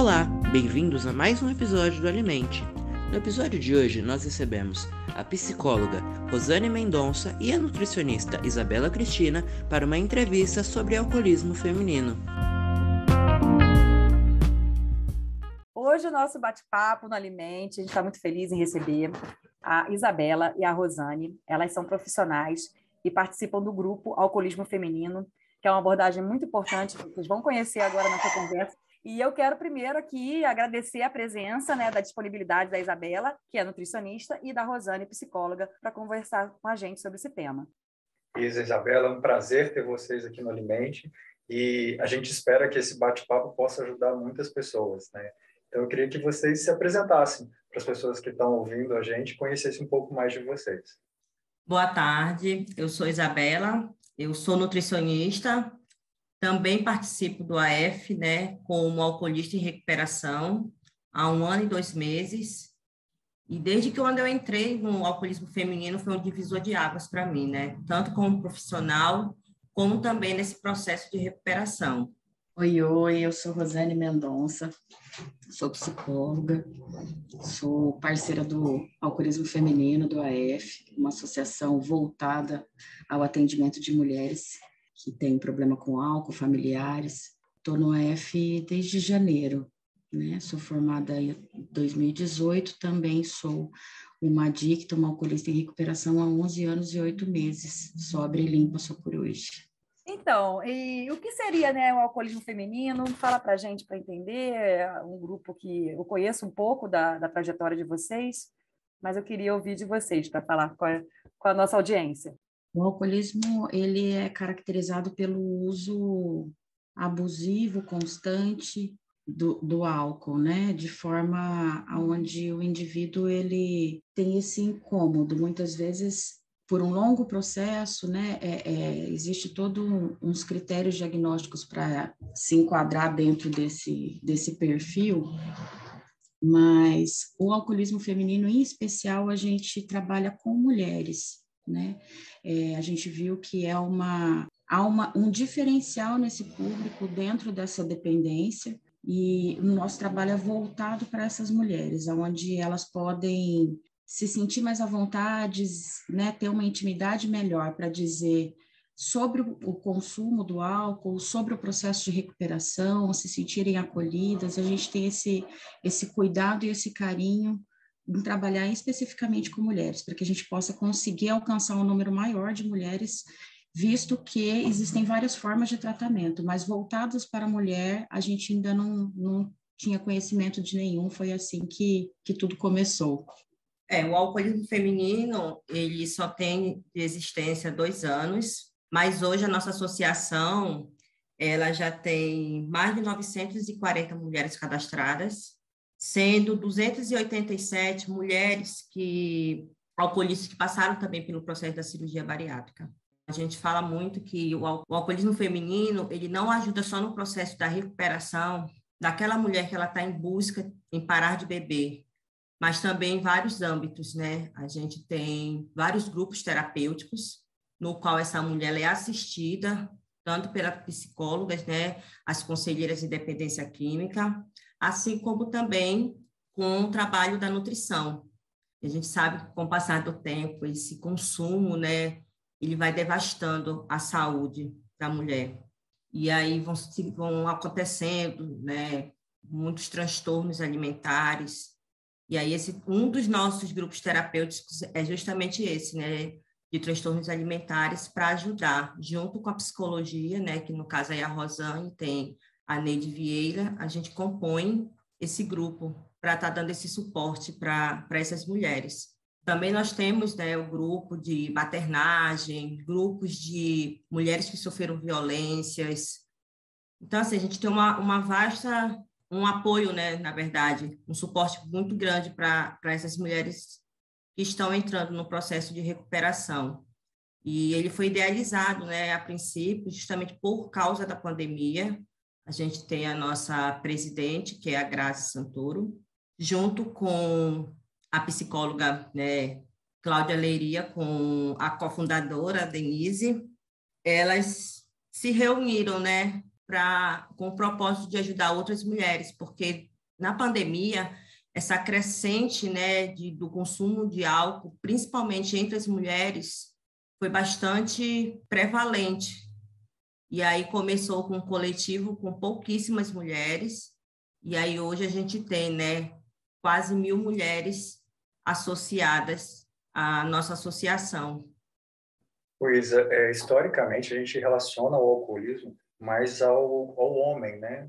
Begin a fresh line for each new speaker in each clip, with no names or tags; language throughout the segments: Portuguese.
Olá, bem-vindos a mais um episódio do Alimente. No episódio de hoje nós recebemos a psicóloga Rosane Mendonça e a nutricionista Isabela Cristina para uma entrevista sobre alcoolismo feminino.
Hoje o nosso bate-papo no Alimente, a gente está muito feliz em receber a Isabela e a Rosane. Elas são profissionais e participam do grupo Alcoolismo Feminino, que é uma abordagem muito importante que vocês vão conhecer agora na sua conversa. E eu quero primeiro aqui agradecer a presença, da disponibilidade da Isabela, que é nutricionista, e da Rosane, psicóloga, para conversar com a gente sobre esse tema.
Isabela, é um prazer ter vocês aqui no Alimente e a gente espera que esse bate-papo possa ajudar muitas pessoas, né? Então, eu queria que vocês se apresentassem para as pessoas que estão ouvindo a gente, conhecessem um pouco mais de vocês.
Boa tarde, eu sou Isabela, eu sou nutricionista, também participo do AF, como alcoolista em recuperação, há 1 ano e 2 meses, e desde que eu entrei no alcoolismo feminino foi um divisor de águas para mim, tanto como profissional, como também nesse processo de recuperação.
Oi, eu sou Rosane Mendonça, sou psicóloga, sou parceira do Alcoolismo Feminino, do AF, uma associação voltada ao atendimento de mulheres que têm problema com álcool, familiares. Estou no AF desde janeiro, sou formada em 2018, também sou uma adicta, uma alcoolista em recuperação há 11 anos e 8 meses, sóbria e limpa sou por hoje.
Então, e o que seria o alcoolismo feminino? Fala para a gente, para entender, um grupo que eu conheço um pouco da trajetória de vocês, mas eu queria ouvir de vocês para falar com a nossa audiência.
O alcoolismo, ele é caracterizado pelo uso abusivo, constante do álcool, de forma onde o indivíduo ele tem esse incômodo, muitas vezes por um longo processo, existe todos uns critérios diagnósticos para se enquadrar dentro desse perfil, mas o alcoolismo feminino, em especial, a gente trabalha com mulheres, a gente viu que há um diferencial nesse público dentro dessa dependência, e o nosso trabalho é voltado para essas mulheres, onde elas podem se sentir mais à vontade, ter uma intimidade melhor para dizer sobre o consumo do álcool, sobre o processo de recuperação, se sentirem acolhidas. A gente tem esse cuidado e esse carinho em trabalhar especificamente com mulheres, para que a gente possa conseguir alcançar um número maior de mulheres, visto que existem várias formas de tratamento, mas voltadas para a mulher, a gente ainda não tinha conhecimento de nenhum, foi assim que tudo começou.
O alcoolismo feminino, ele só tem de existência 2 anos, mas hoje a nossa associação, ela já tem mais de 940 mulheres cadastradas, sendo 287 mulheres alcoolistas que passaram também pelo processo da cirurgia bariátrica. A gente fala muito que o alcoolismo feminino, ele não ajuda só no processo da recuperação daquela mulher que ela está em busca em parar de beber, mas também em vários âmbitos, A gente tem vários grupos terapêuticos, no qual essa mulher é assistida, tanto pelas psicólogas, as conselheiras de dependência química, assim como também com o trabalho da nutrição. A gente sabe que, com o passar do tempo, esse consumo, ele vai devastando a saúde da mulher. E aí vão acontecendo, muitos transtornos alimentares. E aí, um dos nossos grupos terapêuticos é justamente esse, de transtornos alimentares, para ajudar, junto com a psicologia, que no caso aí a Rosane tem a Neide Vieira, a gente compõe esse grupo para estar dando esse suporte para essas mulheres. Também nós temos o grupo de maternagem, grupos de mulheres que sofreram violências. Então, assim, a gente tem um apoio, na verdade, um suporte muito grande para essas mulheres que estão entrando no processo de recuperação. E ele foi idealizado, a princípio, justamente por causa da pandemia. A gente tem a nossa presidente, que é a Grazi Santoro, junto com a psicóloga, Cláudia Leiria, com a cofundadora, Denise. Elas se reuniram, com o propósito de ajudar outras mulheres, porque Na pandemia, essa crescente, né, do consumo de álcool, principalmente entre as mulheres, foi bastante prevalente. E aí começou com um coletivo com pouquíssimas mulheres, e aí hoje a gente tem, né, quase 1.000 mulheres associadas à nossa associação.
Pois, historicamente, a gente relaciona o alcoolismo mais ao homem, né,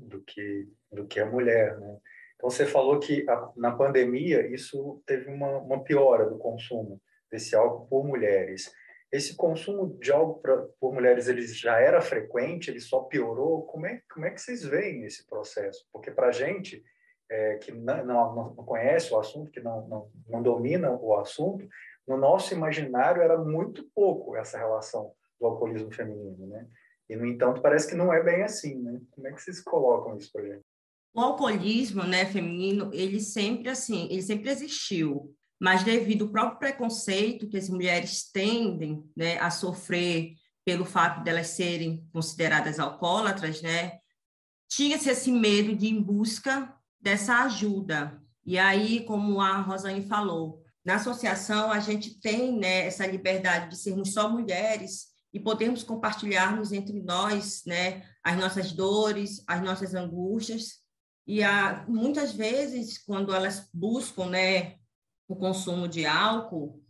do que a mulher, né? Então, você falou que na pandemia isso teve uma piora do consumo desse álcool por mulheres. Esse consumo de álcool por mulheres, ele já era frequente, ele só piorou? Como é que vocês veem esse processo? Porque para a gente, que não conhece o assunto, que não domina o assunto, no nosso imaginário era muito pouco essa relação do alcoolismo feminino, né? E, no entanto, parece que não é bem assim, né? Como é que vocês colocam isso para a gente?
O alcoolismo, né, feminino, ele sempre existiu, mas devido ao próprio preconceito que as mulheres tendem, né, a sofrer pelo fato de elas serem consideradas alcoólatras, né, tinha-se esse medo de ir em busca dessa ajuda. E aí, como a Rosane falou, na associação a gente tem, né, essa liberdade de sermos só mulheres e podermos compartilharmos entre nós, né, as nossas dores, as nossas angústias. E muitas vezes, quando elas buscam, né, o consumo de álcool,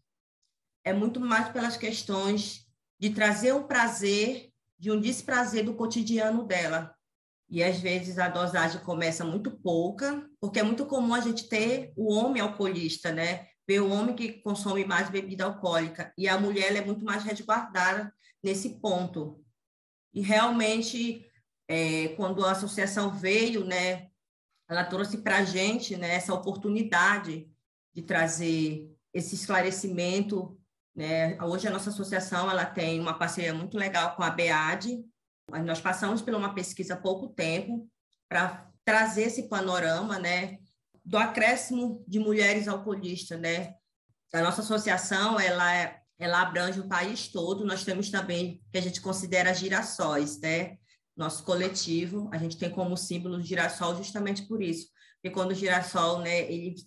é muito mais pelas questões de trazer o prazer de um desprazer do cotidiano dela. E, às vezes, a dosagem começa muito pouca, porque é muito comum a gente ter o homem alcoolista, né? Ver o homem que consome mais bebida alcoólica. E a mulher ela é muito mais resguardada nesse ponto. E, realmente, quando a associação veio, né, ela trouxe para a gente, né, essa oportunidade de trazer esse esclarecimento, né? Hoje a nossa associação ela tem uma parceria muito legal com a BEAD. Nós passamos por uma pesquisa há pouco tempo para trazer esse panorama, né, do acréscimo de mulheres alcoolistas, né? A nossa associação ela abrange o país todo. Nós temos também que a gente considera girassóis, né? Nosso coletivo, a gente tem como símbolo o girassol justamente por isso, porque quando o girassol, né,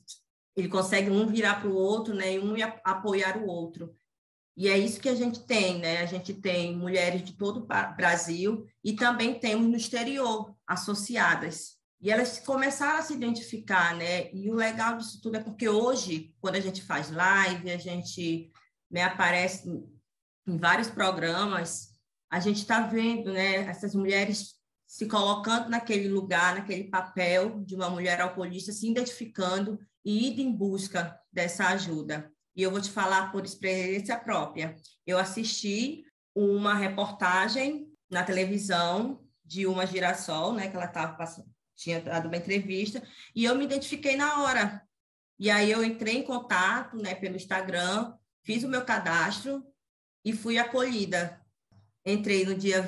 ele consegue um virar para o outro, né, e um apoiar o outro. E é isso que a gente tem, né? A gente tem mulheres de todo o Brasil e também temos no exterior associadas. E elas começaram a se identificar, né? E o legal disso tudo é porque hoje, quando a gente faz live, a gente, né, aparece em vários programas, a gente está vendo, né, essas mulheres se colocando naquele lugar, naquele papel de uma mulher alcoolista, se identificando e indo em busca dessa ajuda. E eu vou te falar por experiência própria. Eu assisti uma reportagem na televisão de uma girassol, né, que ela tinha dado uma entrevista, e eu me identifiquei na hora. E aí eu entrei em contato, né, pelo Instagram, fiz o meu cadastro e fui acolhida. Entrei no dia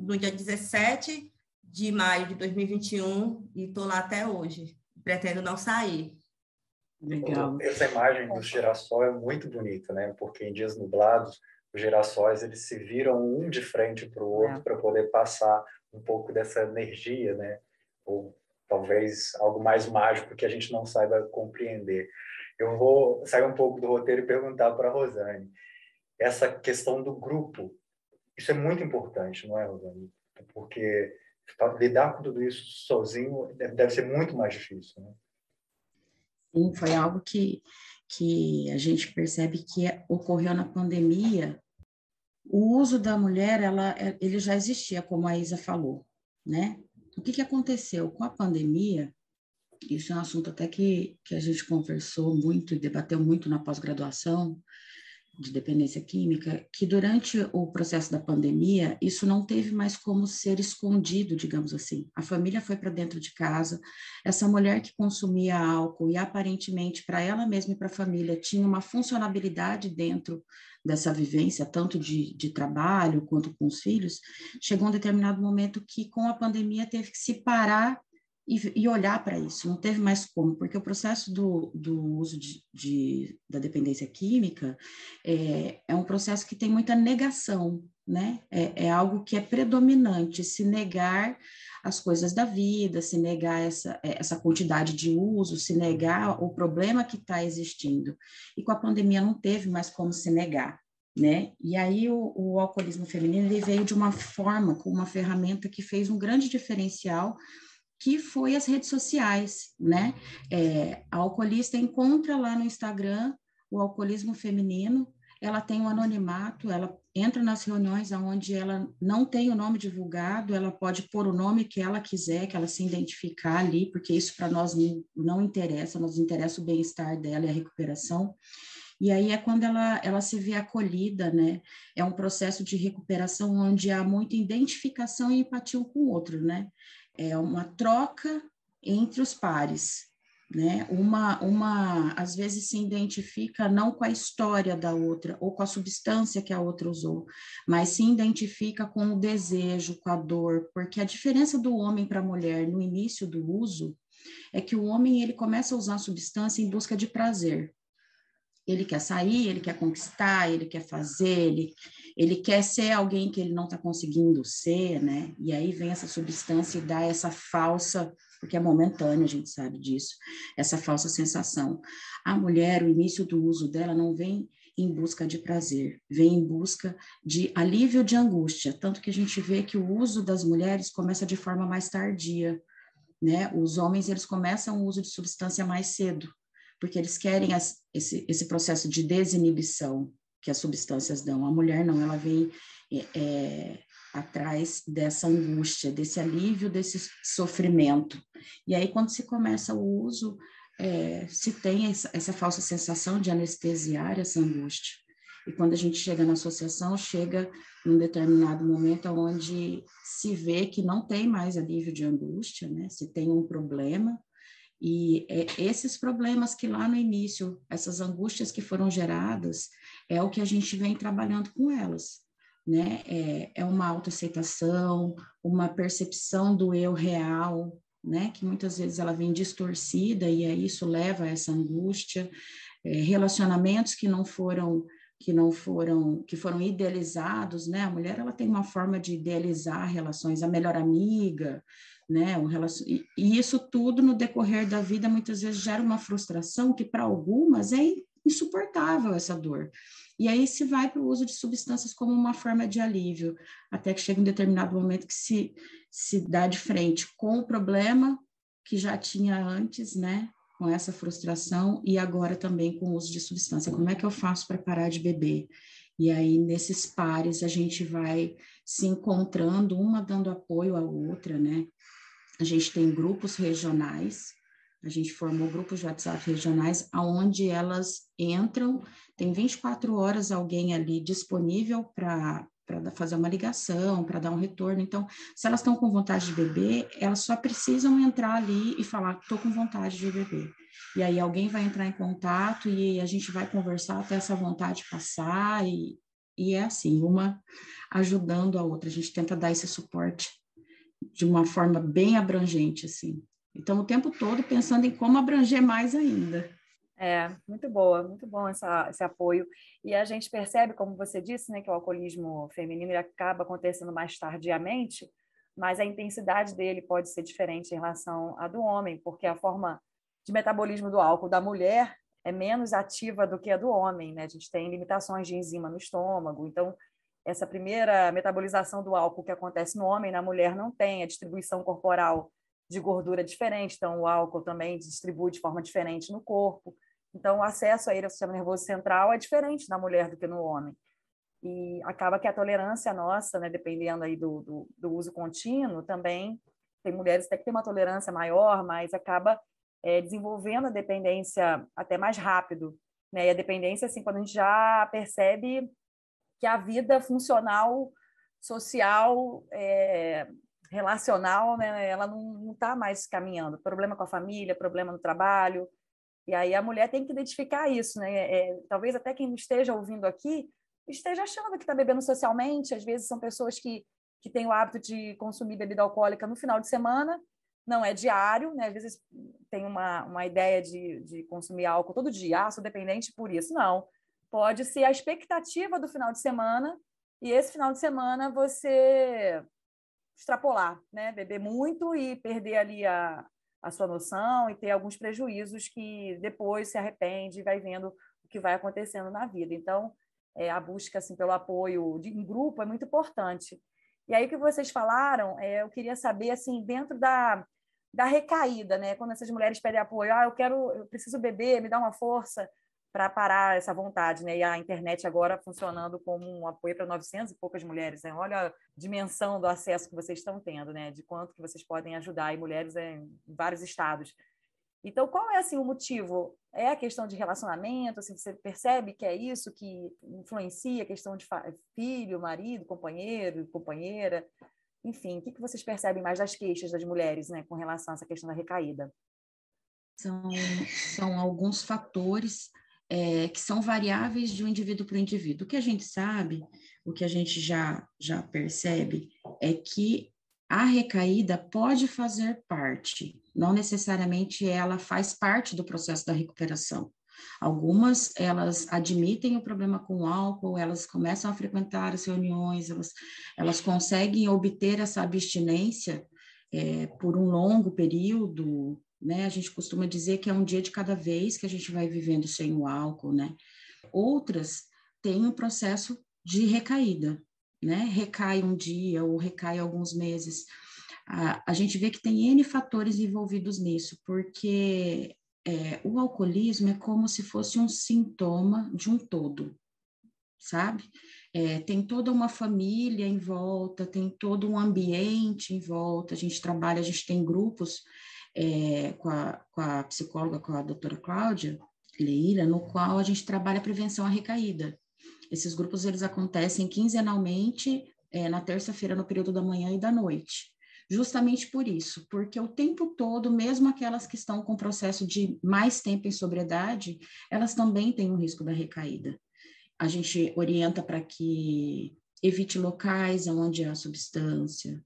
17 de maio de 2021 e estou lá até hoje. Pretendo não sair.
Legal.
Essa imagem do girassol é muito bonita, né? Porque em dias nublados, os girassóis eles se viram um de frente para o outro para poder passar um pouco dessa energia, né? Ou talvez algo mais mágico que a gente não saiba compreender. Eu vou sair um pouco do roteiro e perguntar para a Rosane. Essa questão do grupo, isso é muito importante, não é, Rosane? Porque lidar com tudo isso sozinho deve ser muito mais difícil, né?
Sim, foi algo que a gente percebe que ocorreu na pandemia. O uso da mulher, ele já existia, como a Isa falou, né? O que aconteceu com a pandemia? Isso é um assunto até que a gente conversou muito e debateu muito na pós-graduação de dependência química, que durante o processo da pandemia, isso não teve mais como ser escondido, digamos assim. A família foi para dentro de casa, essa mulher que consumia álcool e aparentemente para ela mesma e para a família tinha uma funcionabilidade dentro dessa vivência, tanto de trabalho quanto com os filhos, chegou um determinado momento que com a pandemia teve que se parar e olhar para isso, não teve mais como, porque o processo do uso da dependência química é um processo que tem muita negação, né? É algo que é predominante, se negar as coisas da vida, se negar essa quantidade de uso, se negar o problema que está existindo. E com a pandemia não teve mais como se negar, né? E aí o alcoolismo feminino ele veio de uma forma, com uma ferramenta que fez um grande diferencial, que foi as redes sociais, né? A alcoolista encontra lá no Instagram o alcoolismo feminino, ela tem um anonimato, ela entra nas reuniões onde ela não tem o nome divulgado, ela pode pôr o nome que ela quiser, que ela se identificar ali, porque isso para nós não interessa, nos interessa o bem-estar dela e a recuperação. E aí é quando ela se vê acolhida, né? É um processo de recuperação onde há muita identificação e empatia um com o outro, né? É uma troca entre os pares, né? Uma às vezes se identifica não com a história da outra ou com a substância que a outra usou, mas se identifica com o desejo, com a dor, porque a diferença do homem para a mulher no início do uso é que o homem ele começa a usar a substância em busca de prazer. Ele quer sair, ele quer conquistar, ele quer fazer, ele quer ser alguém que ele não está conseguindo ser, né? E aí vem essa substância e dá essa falsa, porque é momentânea, a gente sabe disso, essa falsa sensação. A mulher, o início do uso dela não vem em busca de prazer, vem em busca de alívio de angústia, tanto que a gente vê que o uso das mulheres começa de forma mais tardia, né? Os homens, eles começam o uso de substância mais cedo, porque eles querem esse processo de desinibição que as substâncias dão. A mulher não, ela vem atrás dessa angústia, desse alívio, desse sofrimento. E aí, quando se começa o uso, se tem essa falsa sensação de anestesiar essa angústia. E quando a gente chega na associação, chega num determinado momento onde se vê que não tem mais alívio de angústia, né? Se tem um problema, e esses problemas que lá no início, essas angústias que foram geradas, é o que a gente vem trabalhando com elas, né? É uma autoaceitação, uma percepção do eu real, né? Que muitas vezes ela vem distorcida e aí isso leva a essa angústia, relacionamentos que foram idealizados, né? A mulher ela tem uma forma de idealizar relações, a melhor amiga, né? E isso tudo no decorrer da vida muitas vezes gera uma frustração que para algumas é insuportável essa dor. E aí se vai para o uso de substâncias como uma forma de alívio, até que chega um determinado momento que se dá de frente com o problema que já tinha antes, né? Com essa frustração e agora também com o uso de substância. Como é que eu faço para parar de beber? E aí, nesses pares, a gente vai se encontrando, uma dando apoio à outra, né? A gente tem grupos regionais, a gente formou grupos de WhatsApp regionais, onde elas entram, tem 24 horas alguém ali disponível para fazer uma ligação, para dar um retorno. Então, se elas estão com vontade de beber, elas só precisam entrar ali e falar, estou com vontade de beber. E aí alguém vai entrar em contato e a gente vai conversar até essa vontade passar e é assim, uma ajudando a outra. A gente tenta dar esse suporte de uma forma bem abrangente, assim. Então, o tempo todo pensando em como abranger mais ainda.
Muito bom esse apoio. E a gente percebe, como você disse, né, que o alcoolismo feminino ele acaba acontecendo mais tardiamente, mas a intensidade dele pode ser diferente em relação à do homem, porque a forma de metabolismo do álcool da mulher é menos ativa do que a do homem, né? A gente tem limitações de enzima no estômago, então essa primeira metabolização do álcool que acontece no homem, na mulher não tem, a distribuição corporal de gordura é diferente, então o álcool também distribui de forma diferente no corpo. Então, o acesso a ele ao sistema nervoso central é diferente na mulher do que no homem. E acaba que a tolerância nossa, né, dependendo aí do uso contínuo, também tem mulheres até que têm uma tolerância maior, mas acaba desenvolvendo a dependência até mais rápido, né? E a dependência, assim, quando a gente já percebe que a vida funcional, social, relacional, né, ela não está mais caminhando. Problema com a família, problema no trabalho. E aí a mulher tem que identificar isso, né? Talvez até quem esteja ouvindo aqui esteja achando que está bebendo socialmente. Às vezes são pessoas que têm o hábito de consumir bebida alcoólica no final de semana, não é diário, né? Às vezes tem uma ideia de consumir álcool todo dia. Sou dependente por isso. Não. Pode ser a expectativa do final de semana e esse final de semana você extrapolar, né? Beber muito e perder ali a sua noção e ter alguns prejuízos que depois se arrepende e vai vendo o que vai acontecendo na vida. Então, a busca assim, pelo apoio em grupo é muito importante. E aí, o que vocês falaram, eu queria saber, assim, dentro da recaída, né? Quando essas mulheres pedem apoio, eu preciso beber, me dá uma força para parar essa vontade, né? E a internet agora funcionando como um apoio para 900 e poucas mulheres, né? Olha a dimensão do acesso que vocês estão tendo, né? De quanto que vocês podem ajudar e mulheres em vários estados. Então, qual é assim o motivo? É a questão de relacionamento? Assim, você percebe que é isso que influencia a questão de filho, marido, companheiro, companheira? Enfim, o que vocês percebem mais das queixas das mulheres, né, com relação a essa questão da recaída?
São alguns fatores que são variáveis de um indivíduo para o indivíduo. O que a gente sabe, o que a gente já percebe, é que a recaída pode fazer parte, não necessariamente ela faz parte do processo da recuperação. Algumas, elas admitem o problema com o álcool, elas começam a frequentar as reuniões, elas conseguem obter essa abstinência por um longo período, né? A gente costuma dizer que é um dia de cada vez que a gente vai vivendo sem o álcool, né? Outras têm um processo de recaída, né? Recai um dia ou recai alguns meses. A gente vê que tem N fatores envolvidos nisso, porque o alcoolismo é como se fosse um sintoma de um todo, sabe? Tem toda uma família em volta, tem todo um ambiente em volta, a gente tem grupos com a psicóloga, com a doutora Cláudia Leira, no qual a gente trabalha a prevenção à recaída. Esses grupos, eles acontecem quinzenalmente, na terça-feira, no período da manhã e da noite. Justamente por isso, porque o tempo todo, mesmo aquelas que estão com processo de mais tempo em sobriedade, elas também têm um risco da recaída. A gente orienta para que evite locais onde há substância,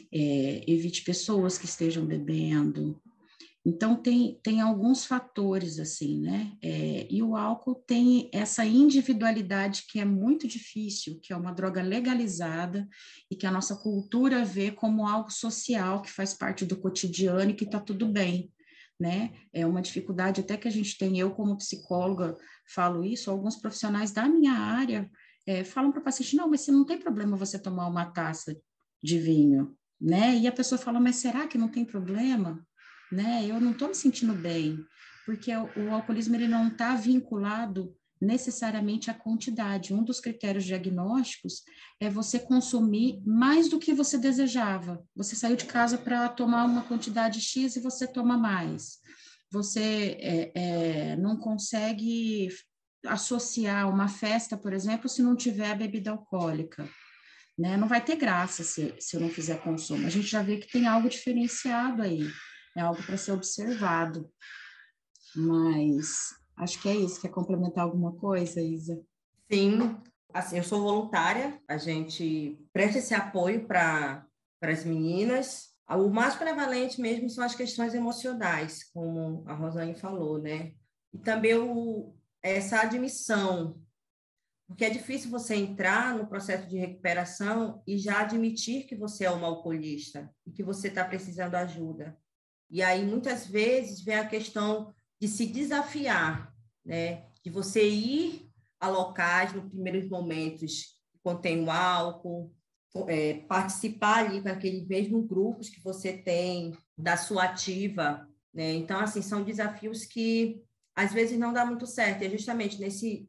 evite pessoas que estejam bebendo. Então, tem alguns fatores, assim, né? E o álcool tem essa individualidade que é muito difícil, que é uma droga legalizada e que a nossa cultura vê como algo social, que faz parte do cotidiano e que está tudo bem, né? É uma dificuldade até que a gente tem, eu como psicóloga falo isso, alguns profissionais da minha área falam para o paciente, não, mas se não tem problema você tomar uma taça de vinho, né? E a pessoa fala, mas será que não tem problema? Né? Eu não estou me sentindo bem, porque o alcoolismo ele não está vinculado necessariamente à quantidade. Um dos critérios diagnósticos é você consumir mais do que você desejava. Você saiu de casa para tomar uma quantidade X e você toma mais. Você não consegue associar uma festa, por exemplo, se não tiver a bebida alcoólica. Né? Não vai ter graça se eu não fizer consumo. A gente já vê que tem algo diferenciado aí. É algo para ser observado. Mas acho que é isso. Quer complementar alguma coisa, Isa?
Sim, assim, eu sou voluntária, a gente presta esse apoio para as meninas. O mais prevalente mesmo são as questões emocionais, como a Rosane falou, né? E também essa admissão, porque é difícil você entrar no processo de recuperação e já admitir que você é uma alcoolista e que você está precisando de ajuda. E aí, muitas vezes, vem a questão de se desafiar, né? De você ir a locais, nos primeiros momentos, que contém o álcool, participar ali com aqueles mesmos grupos que você tem, da sua ativa, né? Então, assim, são desafios que, às vezes, não dá muito certo. E é justamente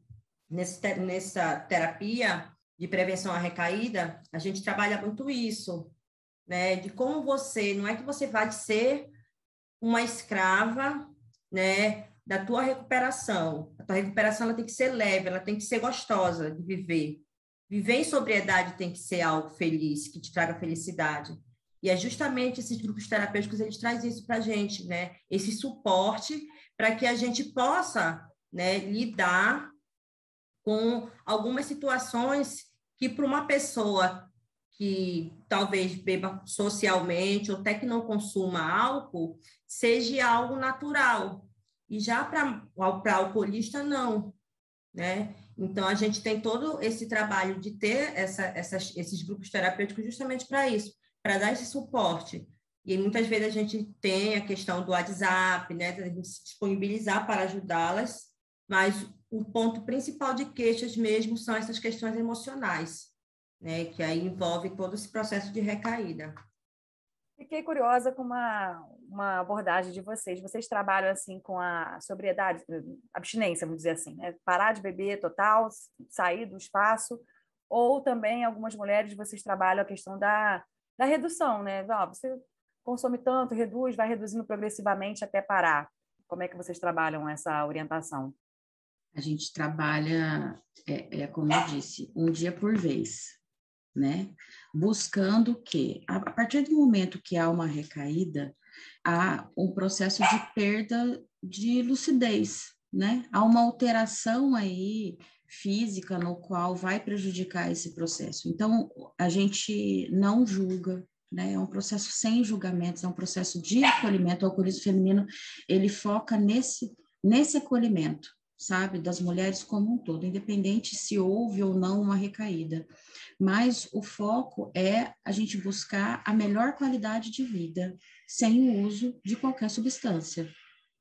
nessa terapia de prevenção à recaída, a gente trabalha muito isso, né? De como não é que você vai ser uma escrava, né, da tua recuperação. A tua recuperação ela tem que ser leve, ela tem que ser gostosa de viver. Viver em sobriedade tem que ser algo feliz, que te traga felicidade. E é justamente esses grupos terapêuticos, eles trazem isso para a gente, né? Esse suporte para que a gente possa, né, lidar com algumas situações que, para uma pessoa que talvez beba socialmente ou até que não consuma álcool, seja algo natural. E já para alcoolista, não, né? Então, a gente tem todo esse trabalho de ter esses grupos terapêuticos justamente para isso, para dar esse suporte. E muitas vezes a gente tem a questão do WhatsApp, né, a gente se disponibilizar para ajudá-las, mas o ponto principal de queixas mesmo são essas questões emocionais, né, que aí envolve todo esse processo de recaída.
Fiquei curiosa com uma abordagem de vocês. Vocês trabalham assim com a sobriedade, abstinência, vamos dizer assim, né? Parar de beber total, sair do espaço, ou também algumas mulheres vocês trabalham a questão da redução, né? Você consome tanto, reduz, vai reduzindo progressivamente até parar. Como é que vocês trabalham essa orientação?
A gente trabalha, como eu disse, um dia por vez, né? Buscando que, a partir do momento que há uma recaída, há um processo de perda de lucidez, né? Há uma alteração aí física no qual vai prejudicar esse processo. Então, a gente não julga, né? É um processo sem julgamentos, é um processo de acolhimento. O alcoolismo feminino, ele foca nesse acolhimento, sabe? Das mulheres como um todo, independente se houve ou não uma recaída. Mas o foco é a gente buscar a melhor qualidade de vida, sem o uso de qualquer substância.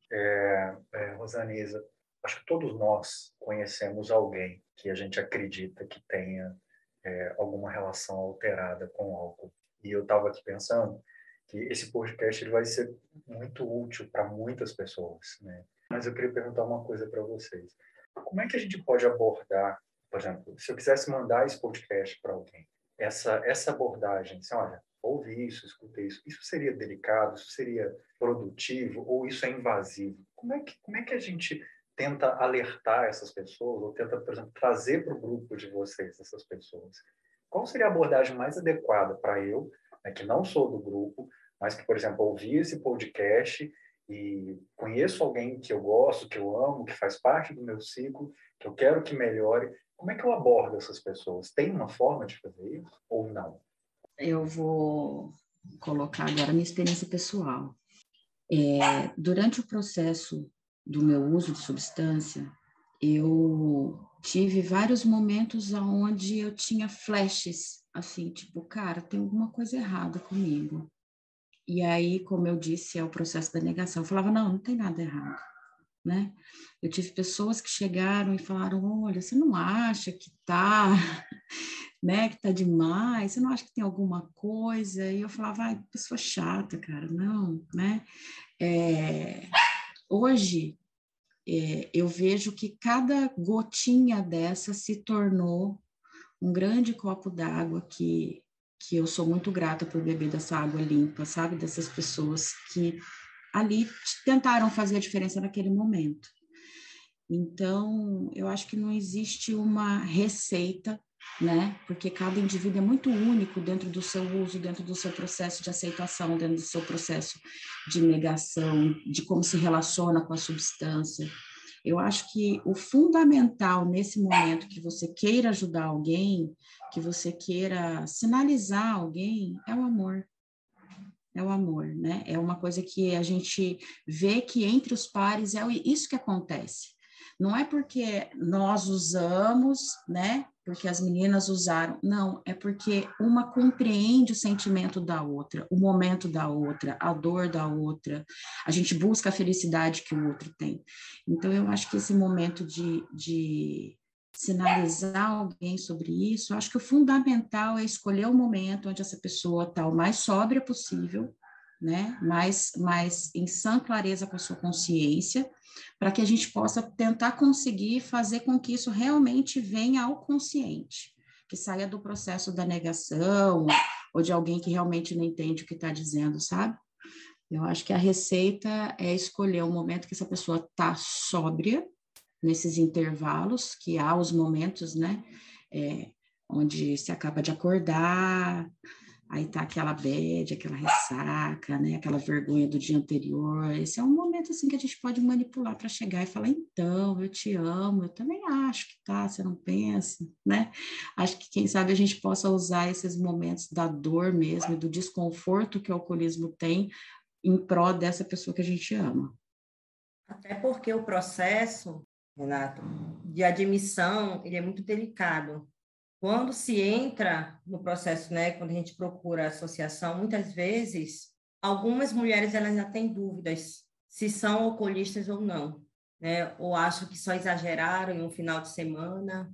Rosanisa, acho que todos nós conhecemos alguém que a gente acredita que tenha alguma relação alterada com o álcool. E eu estava aqui pensando que esse podcast ele vai ser muito útil para muitas pessoas, né? Mas eu queria perguntar uma coisa para vocês. Como é que a gente pode abordar, por exemplo, se eu quisesse mandar esse podcast para alguém, essa abordagem, assim, olha, ouve isso, escuta isso seria delicado, isso seria produtivo ou isso é invasivo? Como é que a gente tenta alertar essas pessoas ou tenta, por exemplo, trazer para o grupo de vocês essas pessoas? Qual seria a abordagem mais adequada para eu, né, que não sou do grupo, mas que, por exemplo, ouvi esse podcast e conheço alguém que eu gosto, que eu amo, que faz parte do meu ciclo, que eu quero que melhore? Como é que eu abordo essas pessoas? Tem uma forma de fazer isso ou não?
Eu vou colocar agora a minha experiência pessoal. Durante o processo do meu uso de substância, eu tive vários momentos onde eu tinha flashes, assim, tipo, cara, tem alguma coisa errada comigo. E aí, como eu disse, é o processo da negação. Eu falava, não tem nada errado, né? Eu tive pessoas que chegaram e falaram, olha, você não acha que tá, né, que tá demais? Você não acha que tem alguma coisa? E eu falava, ai, pessoa chata, cara, não, né? Hoje, eu vejo que cada gotinha dessa se tornou um grande copo d'água que eu sou muito grata por beber dessa água limpa, sabe? Dessas pessoas que ali tentaram fazer a diferença naquele momento. Então, eu acho que não existe uma receita, né? Porque cada indivíduo é muito único dentro do seu uso, dentro do seu processo de aceitação, dentro do seu processo de negação, de como se relaciona com a substância. Eu acho que o fundamental nesse momento que você queira ajudar alguém, que você queira sinalizar alguém, é o amor. É o amor, né? É uma coisa que a gente vê que entre os pares é isso que acontece. Não é porque nós usamos, né? Porque as meninas usaram. Não, é porque uma compreende o sentimento da outra, o momento da outra, a dor da outra. A gente busca a felicidade que o outro tem. Então, eu acho que esse momento de sinalizar alguém sobre isso, eu acho que o fundamental é escolher o momento onde essa pessoa está o mais sóbria possível, né? Mais em sã clareza com a sua consciência, para que a gente possa tentar conseguir fazer com que isso realmente venha ao consciente, que saia do processo da negação ou de alguém que realmente não entende o que está dizendo, sabe? Eu acho que a receita é escolher o momento que essa pessoa está sóbria, nesses intervalos, que há os momentos, né, onde se acaba de acordar, aí tá aquela bad, aquela ressaca, né, aquela vergonha do dia anterior. Esse é um momento, assim, que a gente pode manipular para chegar e falar, então, eu te amo, eu também acho que tá, você não pensa, né? Acho que, quem sabe, a gente possa usar esses momentos da dor mesmo, do desconforto que o alcoolismo tem, em prol dessa pessoa que a gente ama.
Até porque o processo, Renato, de admissão, ele é muito delicado, Quando se entra no processo, né, quando a gente procura a associação, muitas vezes, algumas mulheres elas já têm dúvidas se são alcoolistas ou não, né? Ou acham que só exageraram em um final de semana.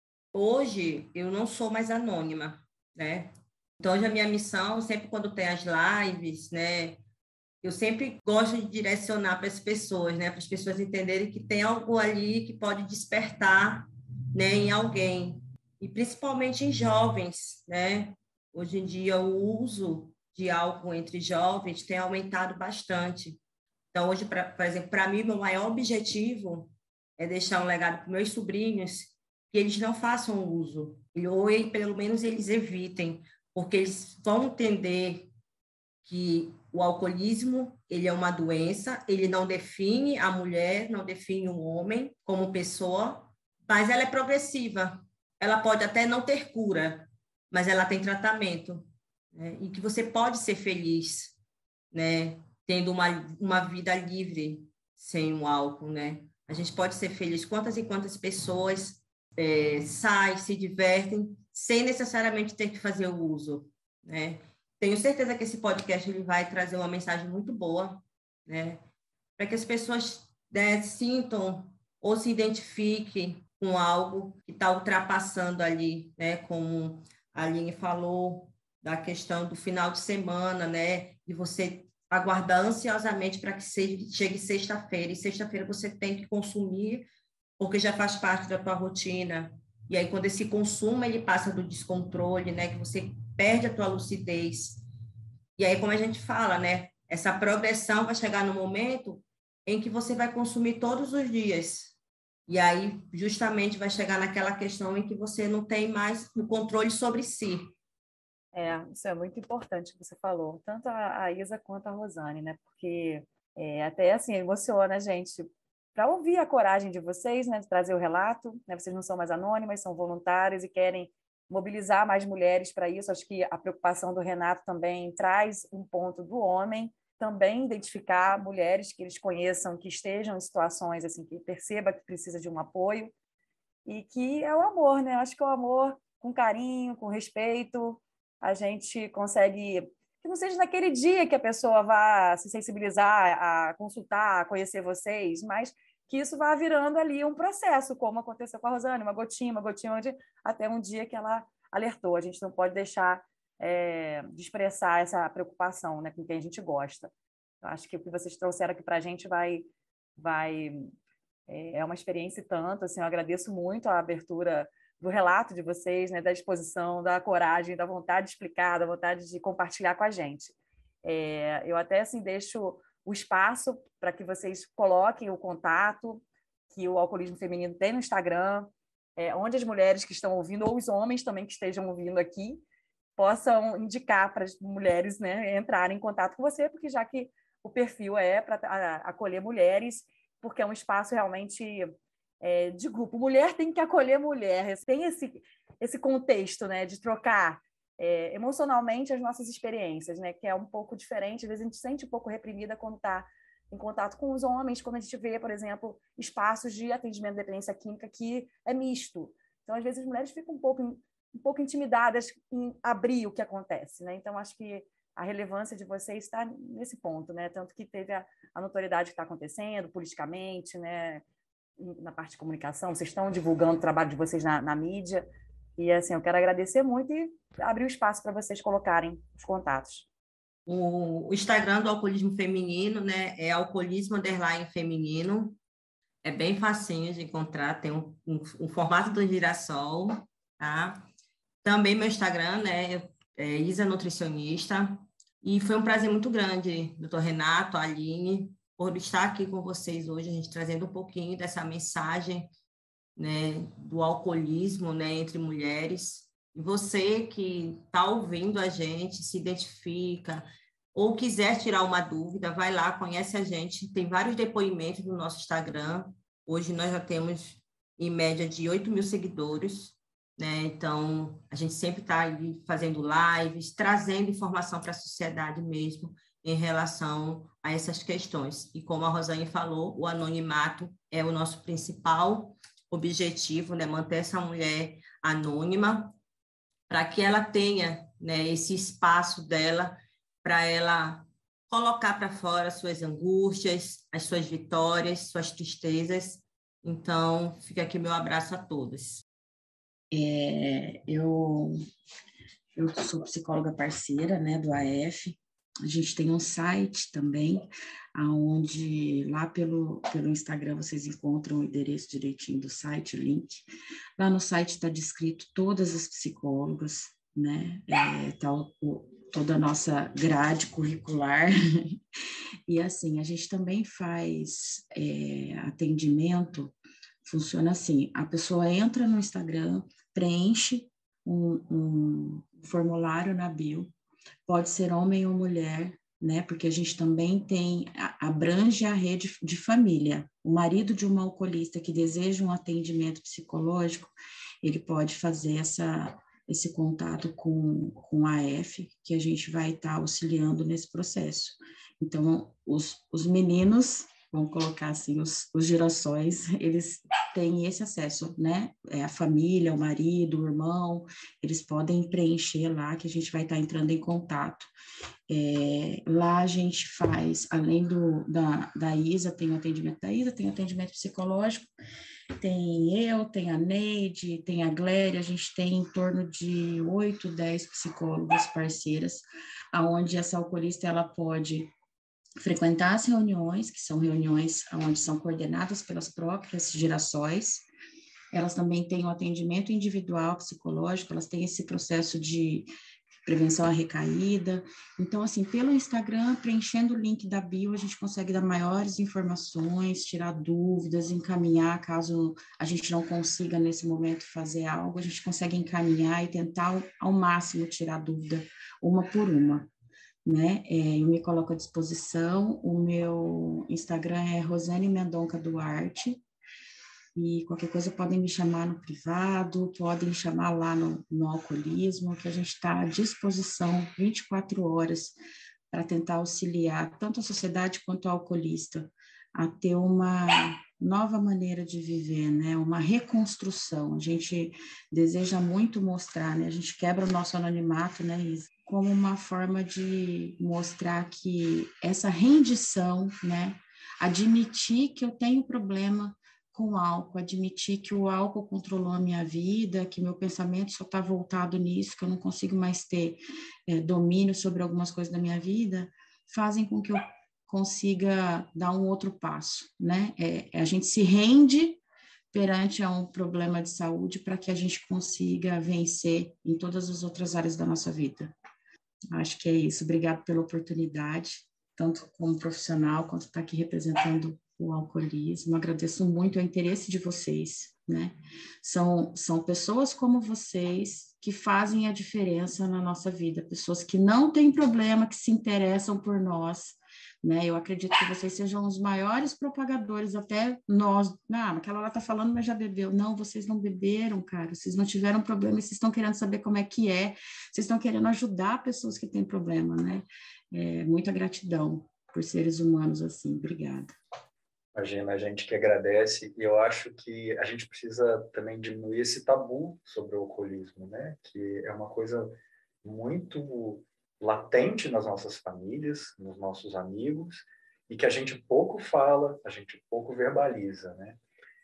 Hoje, eu não sou mais anônima, né? Então, hoje a minha missão, sempre quando tem as lives, né, eu sempre gosto de direcionar para as pessoas, né, para as pessoas entenderem que tem algo ali que pode despertar, né, em alguém, e principalmente em jovens, né? Hoje em dia, o uso de álcool entre jovens tem aumentado bastante. Então, hoje, por exemplo, para mim, meu maior objetivo é deixar um legado para meus sobrinhos que eles não façam uso, ou pelo menos eles evitem, porque eles vão entender que o alcoolismo, ele é uma doença, ele não define a mulher, não define o homem como pessoa, mas ela é progressiva. Ela pode até não ter cura, mas ela tem tratamento, né? E que você pode ser feliz, né? Tendo uma vida livre sem o álcool, né? A gente pode ser feliz. Quantas e quantas pessoas saem, se divertem, sem necessariamente ter que fazer o uso, né? Tenho certeza que esse podcast ele vai trazer uma mensagem muito boa, né? Para que as pessoas, né, sintam ou se identifiquem com algo que está ultrapassando ali, né? Como a Aline falou, da questão do final de semana, né? E você aguardar ansiosamente para que chegue sexta-feira, e sexta-feira você tem que consumir, porque já faz parte da tua rotina. E aí, quando esse consumo ele passa do descontrole, né? Que você perde a tua lucidez. E aí, como a gente fala, né? Essa progressão vai chegar no momento em que você vai consumir todos os dias. E aí, justamente, vai chegar naquela questão em que você não tem mais o controle sobre si.
Isso é muito importante que você falou, tanto a Isa quanto a Rosane, né? Porque até assim, emociona a gente para ouvir a coragem de vocês, né? De trazer o relato, né? Vocês não são mais anônimas, são voluntárias e querem mobilizar mais mulheres para isso. Acho que a preocupação do Renato também traz um ponto do homem, também identificar mulheres que eles conheçam, que estejam em situações assim, que perceba que precisa de um apoio e que é o amor, né? Acho que é o amor com carinho, com respeito, a gente consegue que não seja naquele dia que a pessoa vá se sensibilizar, a consultar, a conhecer vocês, mas que isso vá virando ali um processo, como aconteceu com a Rosane, uma gotinha, até um dia que ela alertou. A gente não pode deixar de expressar essa preocupação, né, com quem a gente gosta. Eu acho que o que vocês trouxeram aqui para a gente é uma experiência e tanto. Assim, eu agradeço muito a abertura do relato de vocês, né, da disposição, da coragem, da vontade de explicar, da vontade de compartilhar com a gente. Eu até assim, deixo o espaço para que vocês coloquem o contato que o Alcoolismo Feminino tem no Instagram, onde as mulheres que estão ouvindo, ou os homens também que estejam ouvindo aqui, possam indicar para as mulheres, né, entrarem em contato com você, porque já que o perfil é para acolher mulheres, porque é um espaço realmente de grupo. Mulher tem que acolher mulher. Tem esse contexto, né, de trocar emocionalmente as nossas experiências, né, que é um pouco diferente. Às vezes a gente se sente um pouco reprimida quando está em contato com os homens, quando a gente vê, por exemplo, espaços de atendimento de dependência química que é misto. Então, às vezes, as mulheres ficam um pouco intimidadas em abrir o que acontece, né? Então, acho que a relevância de vocês está nesse ponto, né? Tanto que teve a notoriedade que está acontecendo politicamente, né? Na parte de comunicação, vocês estão divulgando o trabalho de vocês na mídia, e assim, eu quero agradecer muito e abrir o espaço para vocês colocarem os contatos.
O Instagram do Alcoolismo Feminino, né, é alcoolismo_feminino, é bem facinho de encontrar, tem um formato do girassol, tá? Também meu Instagram, né, é Isa Nutricionista, e foi um prazer muito grande, doutor Renato, Aline, por estar aqui com vocês hoje, a gente trazendo um pouquinho dessa mensagem, né, do alcoolismo, né, entre mulheres. E você que está ouvindo a gente, se identifica, ou quiser tirar uma dúvida, vai lá, conhece a gente, tem vários depoimentos no nosso Instagram. Hoje nós já temos, em média, de 8.000 seguidores, né? Então, a gente sempre está aí fazendo lives, trazendo informação para a sociedade mesmo, em relação a essas questões. E como a Rosane falou, o anonimato é o nosso principal objetivo, né? Manter essa mulher anônima, para que ela tenha, né, esse espaço dela para ela colocar para fora suas angústias, as suas vitórias, suas tristezas. Então, fica aqui meu abraço a todos.
Eu sou psicóloga parceira, né, do AF. A gente tem um site também, onde lá pelo Instagram vocês encontram o endereço direitinho do site, o link. Lá no site está descrito todas as psicólogas, né? Toda a nossa grade curricular. E assim, a gente também faz atendimento, funciona assim, a pessoa entra no Instagram, preenche um formulário na bio, pode ser homem ou mulher, né? Porque a gente também abrange a rede de família. O marido de uma alcoolista que deseja um atendimento psicológico, ele pode fazer esse contato com a AF, que a gente vai estar auxiliando nesse processo. Então, os meninos, vamos colocar assim, os girassóis, eles têm esse acesso, né? A família, o marido, o irmão, eles podem preencher lá, que a gente vai estar entrando em contato. Lá a gente faz, além da Isa, tem o atendimento da Isa, tem o atendimento psicológico, tem a Neide, tem a Gléria, a gente tem em torno de 8, 10 psicólogas parceiras, onde essa alcoolista ela pode frequentar as reuniões, que são reuniões onde são coordenadas pelas próprias girassóis. Elas também têm um atendimento individual psicológico, elas têm esse processo de prevenção à recaída. Então, assim, pelo Instagram, preenchendo o link da bio, a gente consegue dar maiores informações, tirar dúvidas, encaminhar, caso a gente não consiga, nesse momento, fazer algo, a gente consegue encaminhar e tentar, ao máximo, tirar dúvida, uma por uma, né? Eu me coloco à disposição, o meu Instagram é Rosane Mendonca Duarte, e qualquer coisa podem me chamar no privado, podem chamar lá no alcoolismo, que a gente está à disposição 24 horas para tentar auxiliar tanto a sociedade quanto o alcoolista a ter uma nova maneira de viver, né? Uma reconstrução. A gente deseja muito mostrar, né? A gente quebra o nosso anonimato, né, Isa? Como uma forma de mostrar que essa rendição, né? Admitir que eu tenho problema com o álcool, admitir que o álcool controlou a minha vida, que meu pensamento só está voltado nisso, que eu não consigo mais ter domínio sobre algumas coisas da minha vida, fazem com que eu consiga dar um outro passo, né? A gente se rende perante a um problema de saúde para que a gente consiga vencer em todas as outras áreas da nossa vida. Acho que é isso. Obrigado pela oportunidade, tanto como profissional, quanto estar aqui representando o alcoolismo. Agradeço muito o interesse de vocês, né? São pessoas como vocês que fazem a diferença na nossa vida, pessoas que não têm problema, que se interessam por nós, né? Eu acredito que vocês sejam os maiores propagadores, até nós. Aquela lá tá falando, mas já bebeu. Não, vocês não beberam, cara, vocês não tiveram problema, vocês estão querendo saber como é que é, vocês estão querendo ajudar pessoas que têm problema, né? Muita gratidão por seres humanos assim. Obrigada.
Imagina, a gente que agradece, e eu acho que a gente precisa também diminuir esse tabu sobre o alcoolismo, né? Que é uma coisa muito latente nas nossas famílias, nos nossos amigos, e que a gente pouco fala, a gente pouco verbaliza, né?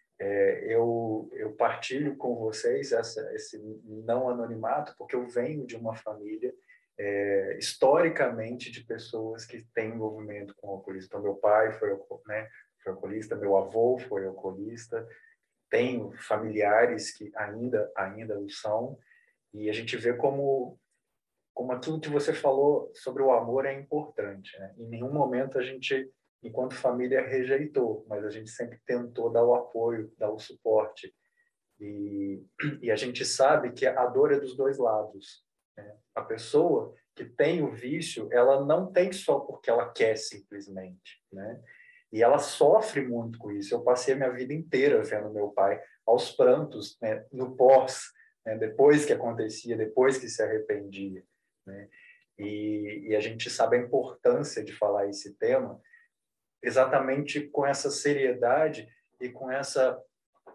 Eu partilho com vocês esse não anonimato, porque eu venho de uma família historicamente de pessoas que têm envolvimento com o alcoolismo. Então, meu pai foi alcoolista, meu avô foi alcoolista, tenho familiares que ainda o são, e a gente vê como aquilo que você falou sobre o amor é importante, né? Em nenhum momento a gente, enquanto família, rejeitou, mas a gente sempre tentou dar o apoio, dar o suporte, e a gente sabe que a dor é dos dois lados, né? A pessoa que tem o vício, ela não tem só porque ela quer simplesmente, né? E ela sofre muito com isso. Eu passei a minha vida inteira vendo meu pai aos prantos, né, no pós, né, depois que acontecia, depois que se arrependia, né? E a gente sabe a importância de falar esse tema exatamente com essa seriedade e com essa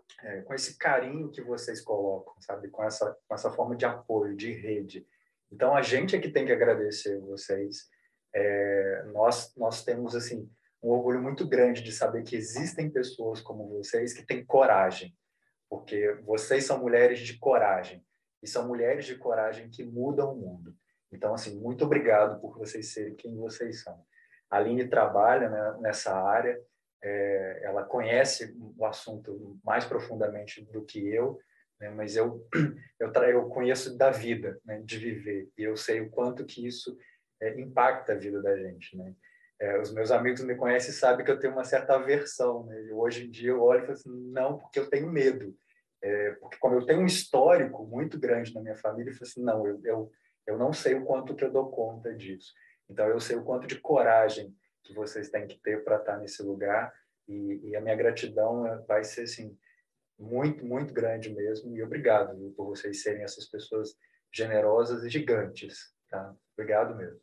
com esse carinho que vocês colocam, sabe? Com essa forma de apoio, de rede. Então, a gente é que tem que agradecer vocês. Nós temos, assim, um orgulho muito grande de saber que existem pessoas como vocês que têm coragem, porque vocês são mulheres de coragem, e são mulheres de coragem que mudam o mundo. Então, assim, muito obrigado por vocês serem quem vocês são. A Aline trabalha, né, nessa área, ela conhece o assunto mais profundamente do que eu, né, mas eu conheço da vida, né, de viver, e eu sei o quanto que isso impacta a vida da gente, né? Os meus amigos me conhecem e sabem que eu tenho uma certa aversão, né? Hoje em dia eu olho e falo assim, não, porque eu tenho medo. Porque como eu tenho um histórico muito grande na minha família, eu falo assim, não, eu não sei o quanto que eu dou conta disso. Então, eu sei o quanto de coragem que vocês têm que ter para estar nesse lugar, e a minha gratidão vai ser, assim, muito, muito grande mesmo, e obrigado, viu, por vocês serem essas pessoas generosas e gigantes, tá? Obrigado mesmo.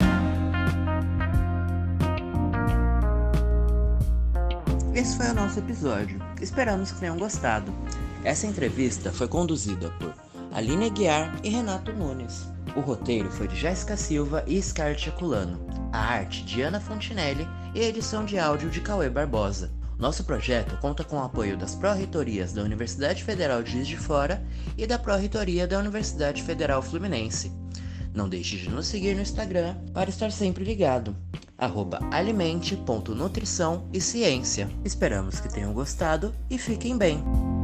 Esse foi o nosso episódio. Esperamos que tenham gostado. Essa entrevista foi conduzida por Aline Aguiar e Renato Nunes. O roteiro foi de Jéssica Silva e Scarlett Aculano. A arte de Ana Fontinelli e a edição de áudio de Cauê Barbosa. Nosso projeto conta com o apoio das Pró-Reitorias da Universidade Federal de Juiz de Fora e da Pró-Reitoria da Universidade Federal Fluminense. Não deixe de nos seguir no Instagram para estar sempre ligado. @alimente.nutrição e ciência. Esperamos que tenham gostado e fiquem bem!